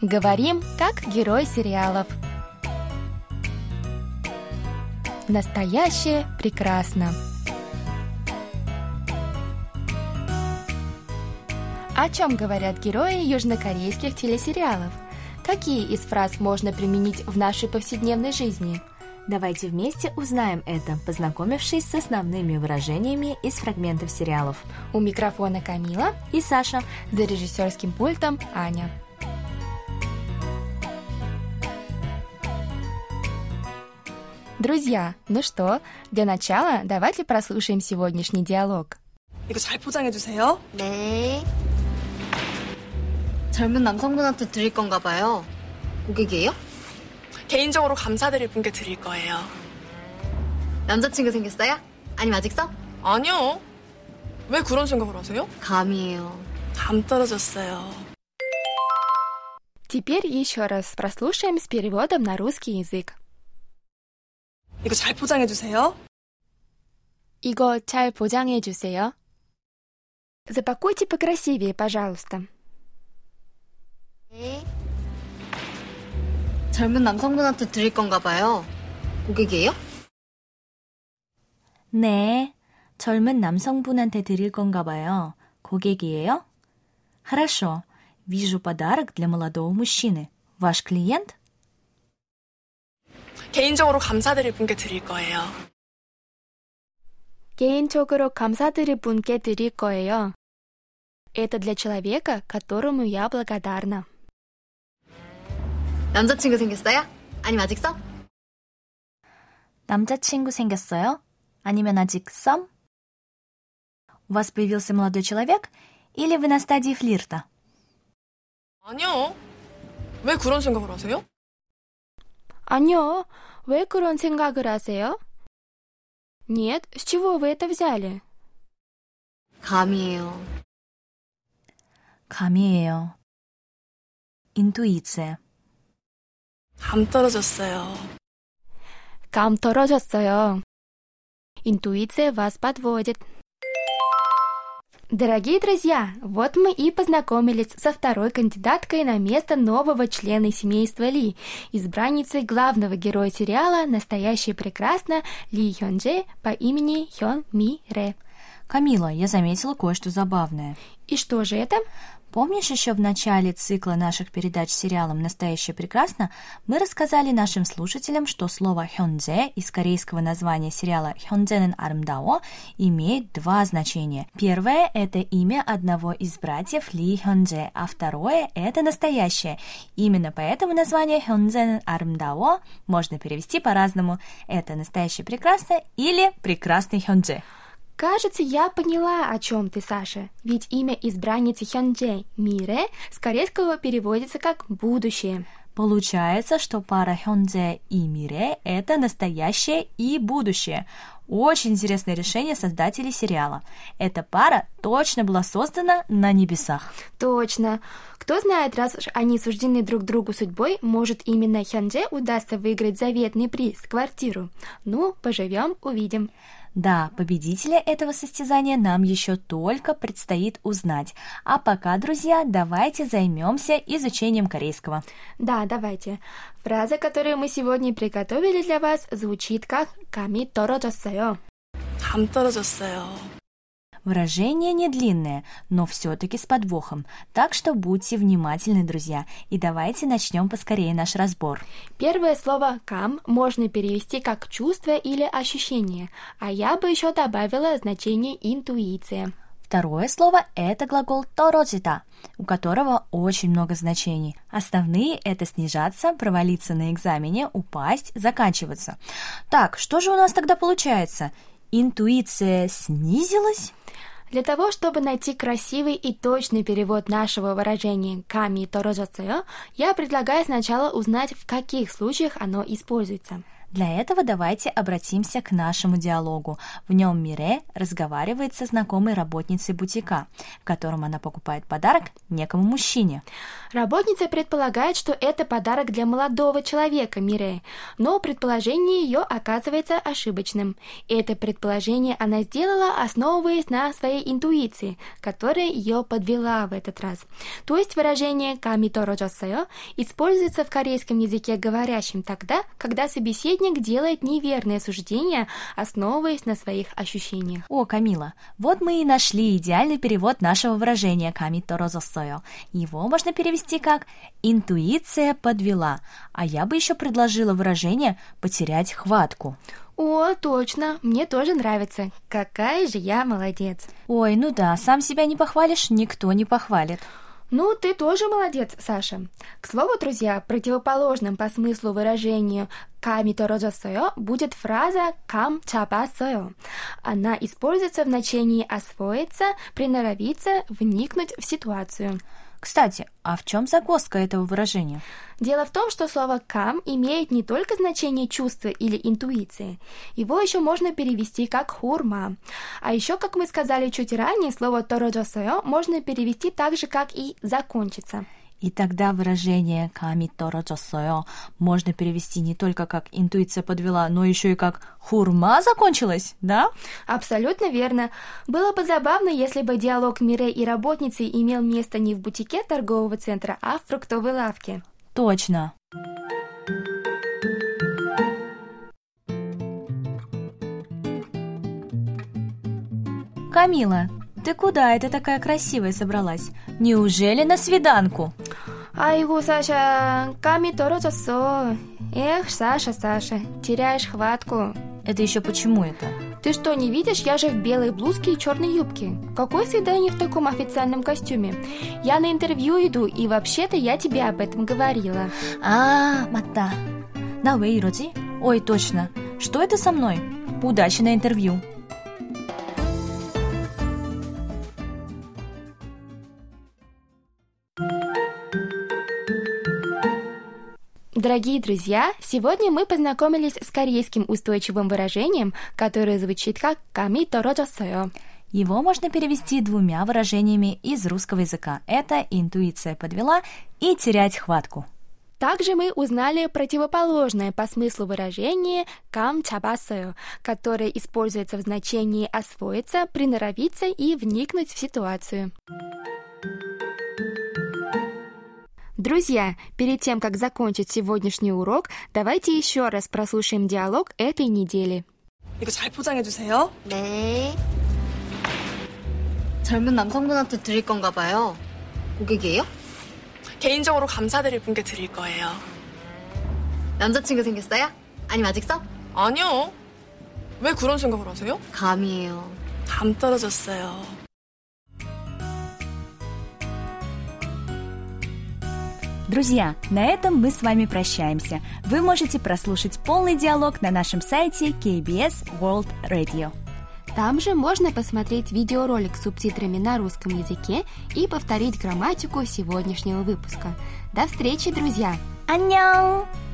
Говорим, как герой сериалов. Настоящее прекрасно. О чем говорят герои южнокорейских телесериалов? Какие из фраз можно применить в нашей повседневной жизни? Давайте вместе узнаем это, познакомившись с основными выражениями из фрагментов сериалов. У микрофона Камила и Саша. За режиссерским пультом Аня. Друзья, ну что, для начала давайте прослушаем сегодняшний диалог. 이거 잘 포장해주세요. 네. 젊은 남성분한테 드릴 건가 봐요. 고객이에요? 개인적으로 감사드릴 분께 드릴 거예요. 남자친구 생겼어요? 아니면 아직 써? 아니요. 왜 그런 생각을 하세요? 감이에요. 감 떨어졌어요. Теперь еще раз прослушаем с переводом на русский язык. 이거 잘 포장해주세요. 이거 잘 포장해 주세요. Запакуйте покрасивее, пожалуйста. 네. 젊은 남성분한테 드릴 건가 봐요. 고객이에요? 네, 젊은 남성분한테 드릴 건가 봐요. 고객이에요? Хорошо. Вижу подарок для молодого мужчины. Ваш клиент? 개인적으로 감사드릴 분께 드릴 거예요. 개인적으로 감사드릴 분께 드릴 거예요. Это для человека, которому я благодарна. 남자친구 생겼어요? 아니면 아직 써? 남자친구 생겼어요? 아니면 아직 썸? У вас появился молодой человек? Или вы на стадии флирта? 아니요. 왜 그런 생각을 하세요? 아니요, 왜 그런 생각을 하세요? Нет, с чего вы это взяли? 감이에요. 감이에요. 인투이ция. 감 떨어졌어요. Кам 떨어졌어요. Интуиция вас подводит. Дорогие друзья, вот мы и познакомились со второй кандидаткой на место нового члена семейства Ли, избранницей главного героя сериала «Настоящее прекрасно» Ли Хён-дже по имени Хён Ми Ре. Камила, я заметила кое-что забавное. И что же это? Помнишь, еще в начале цикла наших передач с сериалом «Настоящее прекрасно» мы рассказали нашим слушателям, что слово «хёндзе» из корейского названия сериала «хёндзенен а름дао» имеет два значения. Первое – это имя одного из братьев Ли Хёндзе, а второе – это настоящее. Именно поэтому название «хёндзенен а름дао» можно перевести по-разному. Это «настоящее прекрасно» или «прекрасный хёндзе». Кажется, я поняла, о чем ты, Саша. Ведь имя избранницы Хён-дже Мире с корейского переводится как «будущее». Получается, что пара Хёндзе и Мире – это настоящее и будущее. Очень интересное решение создателей сериала. Эта пара точно была создана на небесах. Точно. Кто знает, раз уж они суждены друг другу судьбой, может, именно Хён-дже удастся выиграть заветный приз – квартиру. Ну, поживем, увидим. Да, победителя этого состязания нам еще только предстоит узнать. А пока, друзья, давайте займемся изучением корейского. Да, давайте. Фраза, которую мы сегодня приготовили для вас, звучит как «감이 떨어졌어요». 감 떨어졌어요. Выражение не длинное, но все-таки с подвохом. Так что будьте внимательны, друзья. И давайте начнем поскорее наш разбор. Первое слово «кам» можно перевести как «чувство» или «ощущение», а я бы еще добавила значение «интуиция». Второе слово – это глагол «떨어지다», у которого очень много значений. Основные – это снижаться, провалиться на экзамене, упасть, заканчиваться. Так, что же у нас тогда получается? Интуиция снизилась? Для того, чтобы найти красивый и точный перевод нашего выражения «감이 떨어졌어요», я предлагаю сначала узнать, в каких случаях оно используется. Для этого давайте обратимся к нашему диалогу. В нем Мире разговаривает со знакомой работницей бутика, в котором она покупает подарок некому мужчине. Работница предполагает, что это подарок для молодого человека Мире, но предположение ее оказывается ошибочным. Это предположение она сделала, основываясь на своей интуиции, которая ее подвела в этот раз. То есть выражение «ками торожосео» используется в корейском языке говорящим тогда, когда собеседник делает неверное суждение, основываясь на своих ощущениях. О, Камила, вот мы и нашли идеальный перевод нашего выражения «ками торожосео». Его можно перевести как «интуиция подвела», а я бы еще предложила выражение «потерять хватку». О, точно, мне тоже нравится. Какая же я молодец. Ой, ну да, сам себя не похвалишь, никто не похвалит. Ну, ты тоже молодец, Саша. К слову, друзья, противоположным по смыслу выражению «ками торожосео» будет фраза «кам чабасео». Она используется в значении «освоиться», «приноровиться», «вникнуть в ситуацию». Кстати, а в чем загвоздка этого выражения? Дело в том, что слово «кам» имеет не только значение чувства или интуиции. Его еще можно перевести как «хурма». А еще, как мы сказали чуть ранее, слово «торожосео» можно перевести так же, как и «закончиться». И тогда выражение «ками торожосео» можно перевести не только как «интуиция подвела», но еще и как «хурма закончилась», да? Абсолютно верно. Было бы забавно, если бы диалог Мире и работницы имел место не в бутике торгового центра, а в фруктовой лавке. Точно. Камила, ты куда это такая красивая собралась? Неужели на свиданку? Айгу, Саша, ками торожосо. Эх, Саша, теряешь хватку. Это еще почему это? Ты что, не видишь? Я же в белой блузке и черной юбке. Какое свидание в таком официальном костюме? Я на интервью иду, и вообще-то я тебе об этом говорила. А, 맞다. 나 왜 이러지? Ой, точно. Что это со мной? Удачи на интервью. Дорогие друзья, сегодня мы познакомились с корейским устойчивым выражением, которое звучит как «ками торожосео». Его можно перевести двумя выражениями из русского языка. Это «интуиция подвела» и «терять хватку». Также мы узнали противоположное по смыслу выражение «кам чабасео», которое используется в значении «освоиться», «приноровиться» и «вникнуть в ситуацию». Друзья, перед тем, как закончить сегодняшний урок, давайте еще раз прослушаем диалог этой недели. 이거 잘 포장해주세요. 네. 젊은 남성분한테 드릴 건가 봐요. 고객이에요? 개인적으로 감사드릴 분께 드릴 거예요. 남자친구 생겼어요? 아니면 아직 써? 아니요. 왜 그런 생각을 하세요? 감이에요. 감 떨어졌어요. Друзья, на этом мы с вами прощаемся. Вы можете прослушать полный диалог на нашем сайте KBS World Radio. Там же можно посмотреть видеоролик с субтитрами на русском языке и повторить грамматику сегодняшнего выпуска. До встречи, друзья! 안녕!